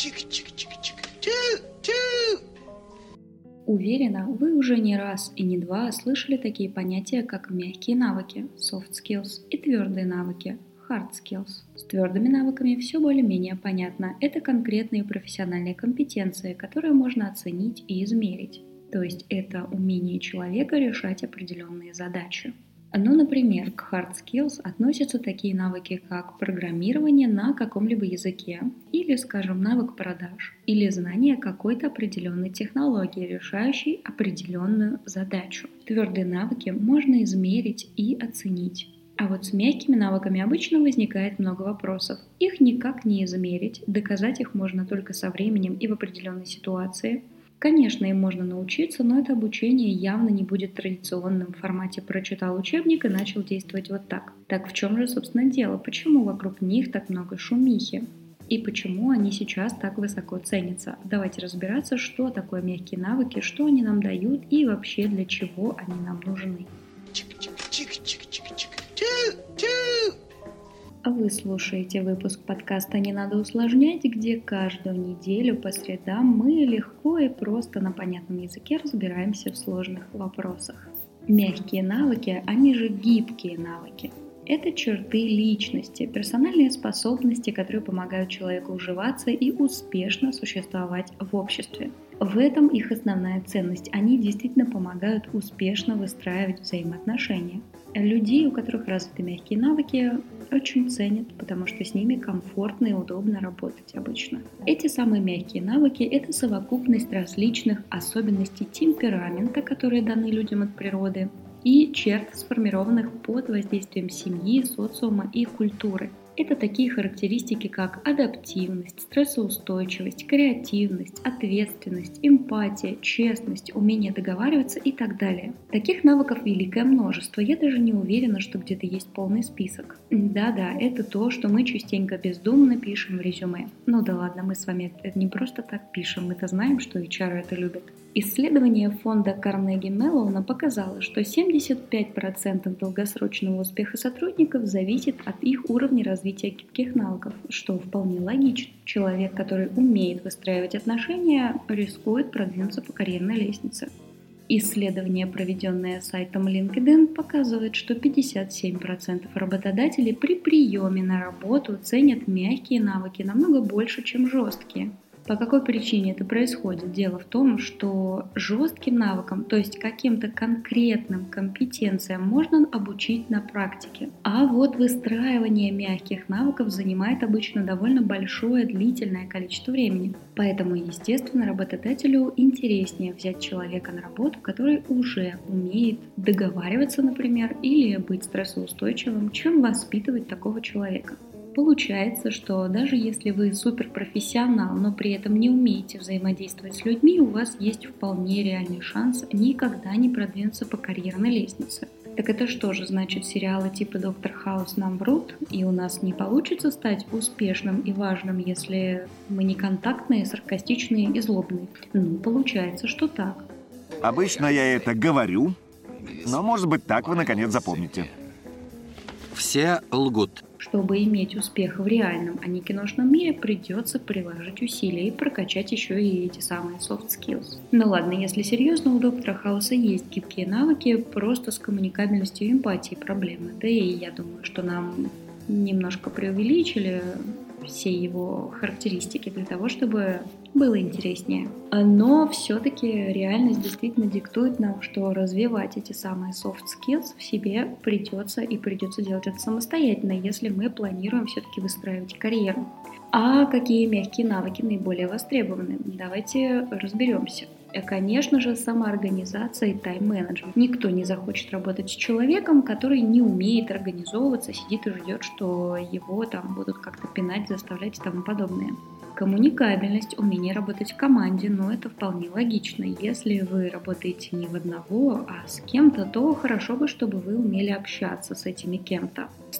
Уверена, вы уже не раз и не два слышали такие понятия, как мягкие навыки soft skills и твердые навыки hard skills. С твердыми навыками все более-менее понятно. Это конкретные профессиональные компетенции, которые можно оценить и измерить. То есть это умение человека решать определенные задачи. Ну, например, к hard skills относятся такие навыки, как программирование на каком-либо языке, или, скажем, навык продаж, или знание какой-то определенной технологии, решающей определенную задачу. Твердые навыки можно измерить и оценить. А вот с мягкими навыками обычно возникает много вопросов. Их никак не измерить, доказать их можно только со временем и в определенной ситуации. Конечно, им можно научиться, но это обучение явно не будет традиционным в формате «прочитал учебник и начал действовать вот так». Так в чем же, собственно, дело? Почему вокруг них так много шумихи? И почему они сейчас так высоко ценятся? Давайте разбираться, что такое мягкие навыки, что они нам дают и вообще для чего они нам нужны. Вы слушаете выпуск подкаста «Не надо усложнять», где каждую неделю по средам мы легко и просто на понятном языке разбираемся в сложных вопросах. Мягкие навыки, они же гибкие навыки. Это черты личности, персональные способности, которые помогают человеку уживаться и успешно существовать в обществе. В этом их основная ценность. Они действительно помогают успешно выстраивать взаимоотношения. Людей, у которых развиты мягкие навыки, очень ценят, потому что с ними комфортно и удобно работать обычно. Эти самые мягкие навыки – это совокупность различных особенностей темперамента, которые даны людям от природы, и черт, сформированных под воздействием семьи, социума и культуры. Это такие характеристики, как адаптивность, стрессоустойчивость, креативность, ответственность, эмпатия, честность, умение договариваться и так далее. Таких навыков великое множество, я даже не уверена, что где-то есть полный список. Да-да, это то, что мы частенько бездумно пишем в резюме. Ну да ладно, мы с вами это не просто так пишем, мы-то знаем, что HR это любят. Исследование фонда Карнеги Меллоуна показало, что 75% долгосрочного успеха сотрудников зависит от их уровня развития гибких навыков, что вполне логично. Человек, который умеет выстраивать отношения, рискует продвинуться по карьерной лестнице. Исследование, проведенное сайтом LinkedIn, показывает, что 57% работодателей при приеме на работу ценят мягкие навыки намного больше, чем жесткие. По какой причине это происходит? Дело в том, что жестким навыкам, то есть каким-то конкретным компетенциям, можно обучить на практике. А вот выстраивание мягких навыков занимает обычно довольно большое длительное количество времени. Поэтому, естественно, работодателю интереснее взять человека на работу, который уже умеет договариваться, например, или быть стрессоустойчивым, чем воспитывать такого человека. Получается, что даже если вы суперпрофессионал, но при этом не умеете взаимодействовать с людьми, у вас есть вполне реальный шанс никогда не продвинуться по карьерной лестнице. Так это что же, значит, сериалы типа «Доктор Хаус» нам врут, и у нас не получится стать успешным и важным, если мы не контактные, саркастичные и злобные? Ну, получается, что так. Обычно я это говорю, но, может быть, так вы наконец запомните. Все лгут. Чтобы иметь успех в реальном, а не киношном мире, придется приложить усилия и прокачать еще и эти самые soft skills. Ну ладно, если серьезно, у доктора Хауса есть гибкие навыки, просто с коммуникабельностью и эмпатией проблемы. Да и я думаю, что нам немножко преувеличили все его характеристики для того, чтобы было интереснее. Но все-таки реальность действительно диктует нам, что развивать эти самые soft skills в себе придется делать это самостоятельно, если мы планируем все-таки выстраивать карьеру. А какие мягкие навыки наиболее востребованы? Давайте разберемся. Конечно же, самоорганизация и тайм-менеджмент. Никто не захочет работать с человеком, который не умеет организовываться, сидит и ждет, что его там будут как-то пинать, заставлять и тому подобное. Коммуникабельность, умение работать в команде, но это вполне логично. Если вы работаете не в одного, а с кем-то, то хорошо бы, чтобы вы умели общаться с этими кем-то.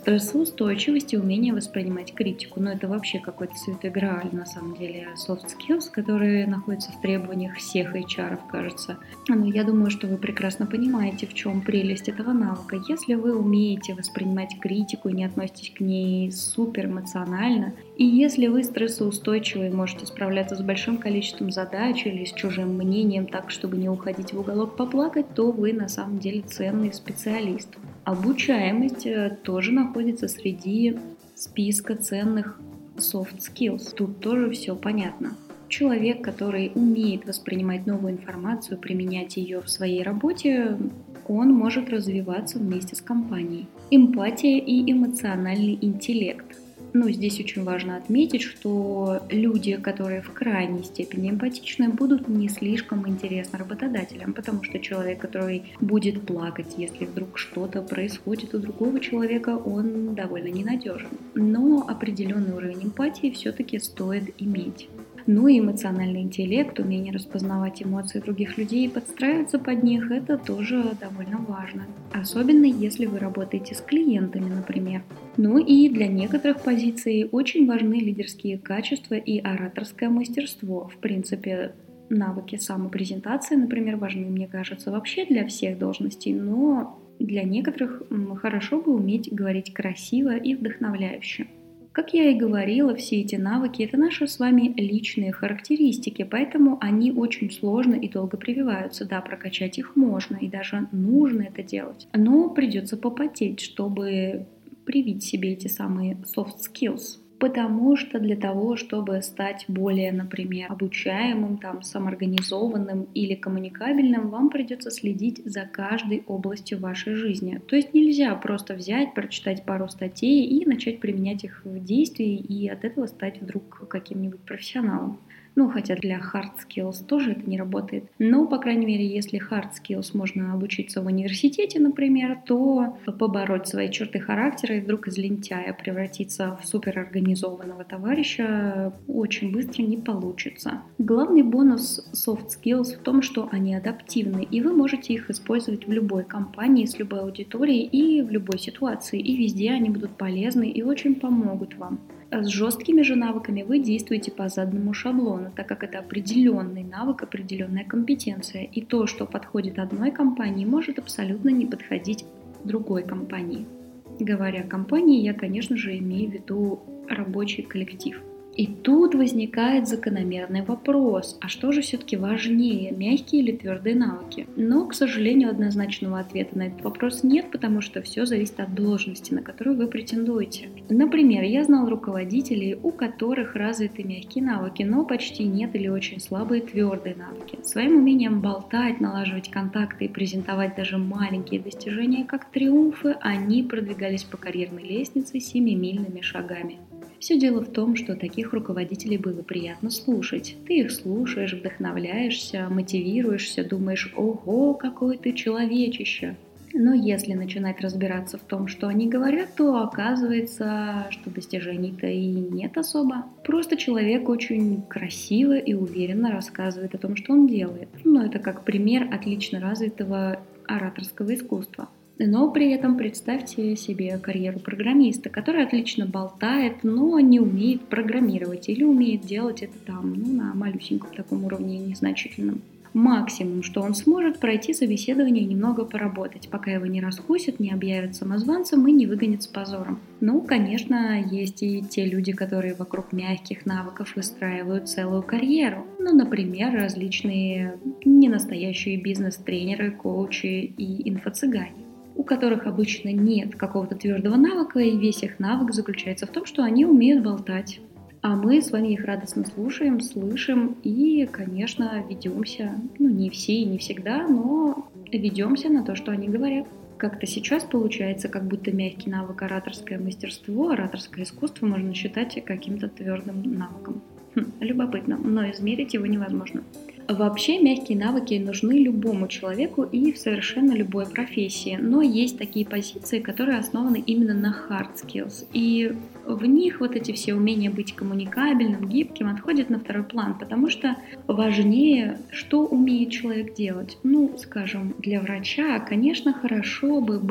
Стрессоустойчивость и умение воспринимать критику. Но это вообще какой-то святой грааль, на самом деле, soft skills, которые находятся в требованиях всех HR, кажется. Но я думаю, что вы прекрасно понимаете, в чем прелесть этого навыка. Если вы умеете воспринимать критику и не относитесь к ней супер эмоционально, и если вы стрессоустойчивы и можете справляться с большим количеством задач или с чужим мнением так, чтобы не уходить в уголок поплакать, то вы на самом деле ценный специалист. Обучаемость тоже находится среди списка ценных soft skills. Тут тоже все понятно. Человек, который умеет воспринимать новую информацию, применять ее в своей работе, он может развиваться вместе с компанией. Эмпатия и эмоциональный интеллект. Но здесь очень важно отметить, что люди, которые в крайней степени эмпатичны, будут не слишком интересны работодателям, потому что человек, который будет плакать, если вдруг что-то происходит у другого человека, он довольно ненадежен. Но определенный уровень эмпатии все-таки стоит иметь. Ну и эмоциональный интеллект, умение распознавать эмоции других людей и подстраиваться под них, это тоже довольно важно. Особенно если вы работаете с клиентами, например. Ну и для некоторых позиций очень важны лидерские качества и ораторское мастерство. В принципе, навыки самопрезентации, например, важны, мне кажется, вообще для всех должностей, но для некоторых хорошо бы уметь говорить красиво и вдохновляюще. Как я и говорила, все эти навыки – это наши с вами личные характеристики, поэтому они очень сложно и долго прививаются. Да, прокачать их можно и даже нужно это делать, но придется попотеть, чтобы привить себе эти самые soft skills. Потому что для того, чтобы стать более, например, обучаемым, самоорганизованным или коммуникабельным, вам придется следить за каждой областью вашей жизни. То есть нельзя просто взять, прочитать пару статей и начать применять их в действии и от этого стать вдруг каким-нибудь профессионалом. Ну, хотя для hard skills тоже это не работает. Но, по крайней мере, если hard skills можно обучиться в университете, например, то побороть свои черты характера и вдруг из лентяя превратиться в суперорганизованного товарища очень быстро не получится. Главный бонус soft skills в том, что они адаптивны, и вы можете их использовать в любой компании, с любой аудиторией и в любой ситуации. И везде они будут полезны и очень помогут вам. С жесткими же навыками вы действуете по заданному шаблону, так как это определенный навык, определенная компетенция. И то, что подходит одной компании, может абсолютно не подходить другой компании. Говоря о компании, я, конечно же, имею в виду рабочий коллектив. И тут возникает закономерный вопрос, а что же все-таки важнее, мягкие или твердые навыки? Но, к сожалению, однозначного ответа на этот вопрос нет, потому что все зависит от должности, на которую вы претендуете. Например, я знал руководителей, у которых развиты мягкие навыки, но почти нет или очень слабые твердые навыки. Своим умением болтать, налаживать контакты и презентовать даже маленькие достижения как триумфы, они продвигались по карьерной лестнице семимильными шагами. Все дело в том, что таких руководителей было приятно слушать. Ты их слушаешь, вдохновляешься, мотивируешься, думаешь: «Ого, какой ты человечище!» Но если начинать разбираться в том, что они говорят, то оказывается, что достижений-то и нет особо. Просто человек очень красиво и уверенно рассказывает о том, что он делает. Но это как пример отлично развитого ораторского искусства. Но при этом представьте себе карьеру программиста, который отлично болтает, но не умеет программировать или умеет делать это на малюсеньком таком уровне незначительном. Максимум, что он сможет, пройти собеседование и немного поработать, пока его не раскусят, не объявят самозванцем и не выгонят с позором. Ну, конечно, есть и те люди, которые вокруг мягких навыков выстраивают целую карьеру. Ну, например, различные ненастоящие бизнес-тренеры, коучи и инфо-цыгане, у которых обычно нет какого-то твердого навыка, и весь их навык заключается в том, что они умеют болтать. А мы с вами их радостно слушаем, слышим и, конечно, ведемся, не все и не всегда, но ведемся на то, что они говорят. Как-то сейчас получается, как будто мягкий навык ораторское мастерство, ораторское искусство можно считать каким-то твердым навыком. Любопытно, но измерить его невозможно. Вообще мягкие навыки нужны любому человеку и в совершенно любой профессии, но есть такие позиции, которые основаны именно на hard skills, и в них вот эти все умения быть коммуникабельным, гибким отходят на второй план, потому что важнее, что умеет человек делать. Скажем, для врача, конечно, хорошо бы быть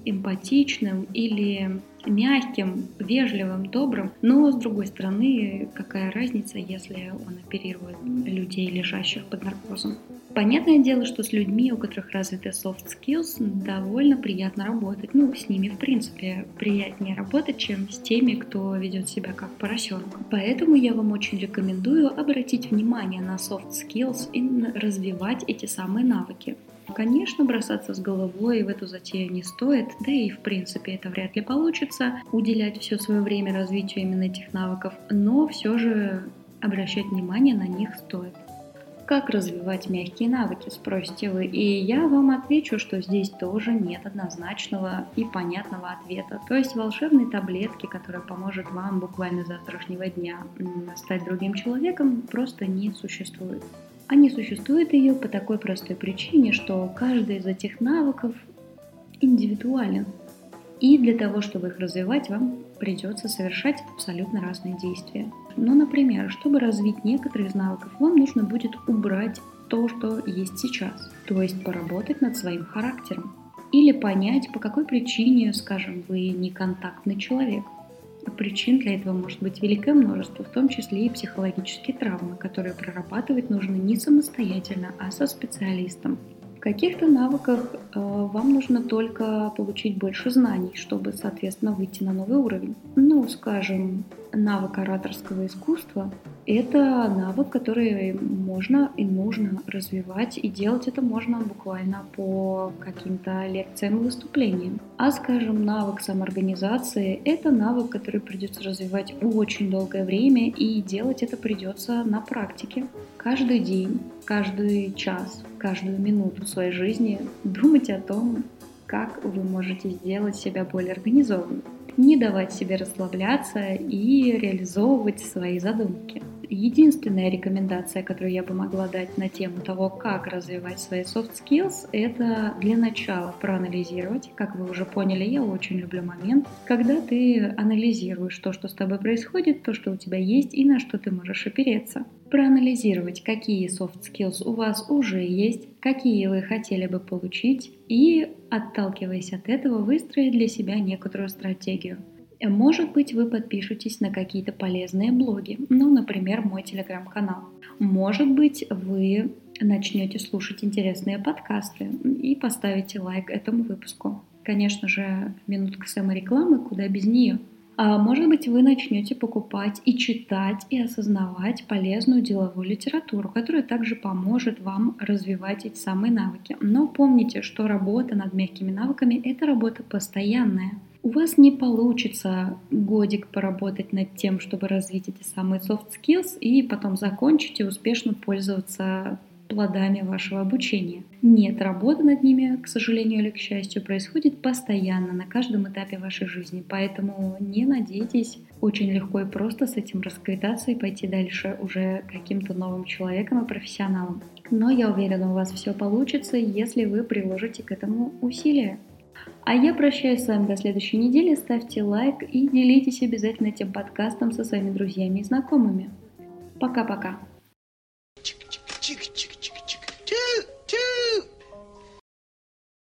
эмпатичным или мягким, вежливым, добрым. Но, с другой стороны, какая разница, если он оперирует людей, лежащих под наркозом? Понятное дело, что с людьми, у которых развиты soft skills, довольно приятно работать. С ними, в принципе, приятнее работать, чем с теми, кто ведет себя как поросенок. Поэтому я вам очень рекомендую обратить внимание на soft skills и развивать эти самые навыки. Конечно, бросаться с головой в эту затею не стоит, да и в принципе это вряд ли получится, уделять все свое время развитию именно этих навыков, но все же обращать внимание на них стоит. Как развивать мягкие навыки, спросите вы, и я вам отвечу, что здесь тоже нет однозначного и понятного ответа. То есть волшебной таблетки, которая поможет вам буквально с завтрашнего дня стать другим человеком, просто не существует. А не существует ее по такой простой причине, что каждый из этих навыков индивидуален. И для того, чтобы их развивать, вам придется совершать абсолютно разные действия. Например, чтобы развить некоторые из навыков, вам нужно будет убрать то, что есть сейчас. То есть поработать над своим характером. Или понять, по какой причине, скажем, вы неконтактный человек. Причин для этого может быть великое множество, в том числе и психологические травмы, которые прорабатывать нужно не самостоятельно, а со специалистом. В каких-то навыках вам нужно только получить больше знаний, чтобы, соответственно, выйти на новый уровень. Скажем, навык ораторского искусства – это навык, который можно и нужно развивать, и делать это можно буквально по каким-то лекциям и выступлениям. А, скажем, навык самоорганизации – это навык, который придется развивать очень долгое время, и делать это придется на практике. Каждый день, каждый час, каждую минуту своей жизни думать о том, как вы можете сделать себя более организованным. Не давать себе расслабляться и реализовывать свои задумки. Единственная рекомендация, которую я бы могла дать на тему того, как развивать свои soft skills, это для начала проанализировать. Как вы уже поняли, я очень люблю момент, когда ты анализируешь то, что с тобой происходит, то, что у тебя есть и на что ты можешь опереться. Проанализировать, какие soft skills у вас уже есть, какие вы хотели бы получить, и, отталкиваясь от этого, выстроить для себя некоторую стратегию. Может быть, вы подпишетесь на какие-то полезные блоги, например, мой телеграм-канал. Может быть, вы начнете слушать интересные подкасты и поставите лайк этому выпуску. Конечно же, минутка саморекламы, куда без нее. А может быть, вы начнете покупать и читать, и осознавать полезную деловую литературу, которая также поможет вам развивать эти самые навыки. Но помните, что работа над мягкими навыками – это работа постоянная. У вас не получится годик поработать над тем, чтобы развить эти самые soft skills, и потом закончить и успешно пользоваться плодами вашего обучения. Нет, работа над ними, к сожалению или к счастью, происходит постоянно, на каждом этапе вашей жизни. Поэтому не надейтесь очень легко и просто с этим расквитаться и пойти дальше уже каким-то новым человеком и профессионалом. Но я уверена, у вас все получится, если вы приложите к этому усилия. А я прощаюсь с вами до следующей недели. Ставьте лайк и делитесь обязательно этим подкастом со своими друзьями и знакомыми. Пока-пока.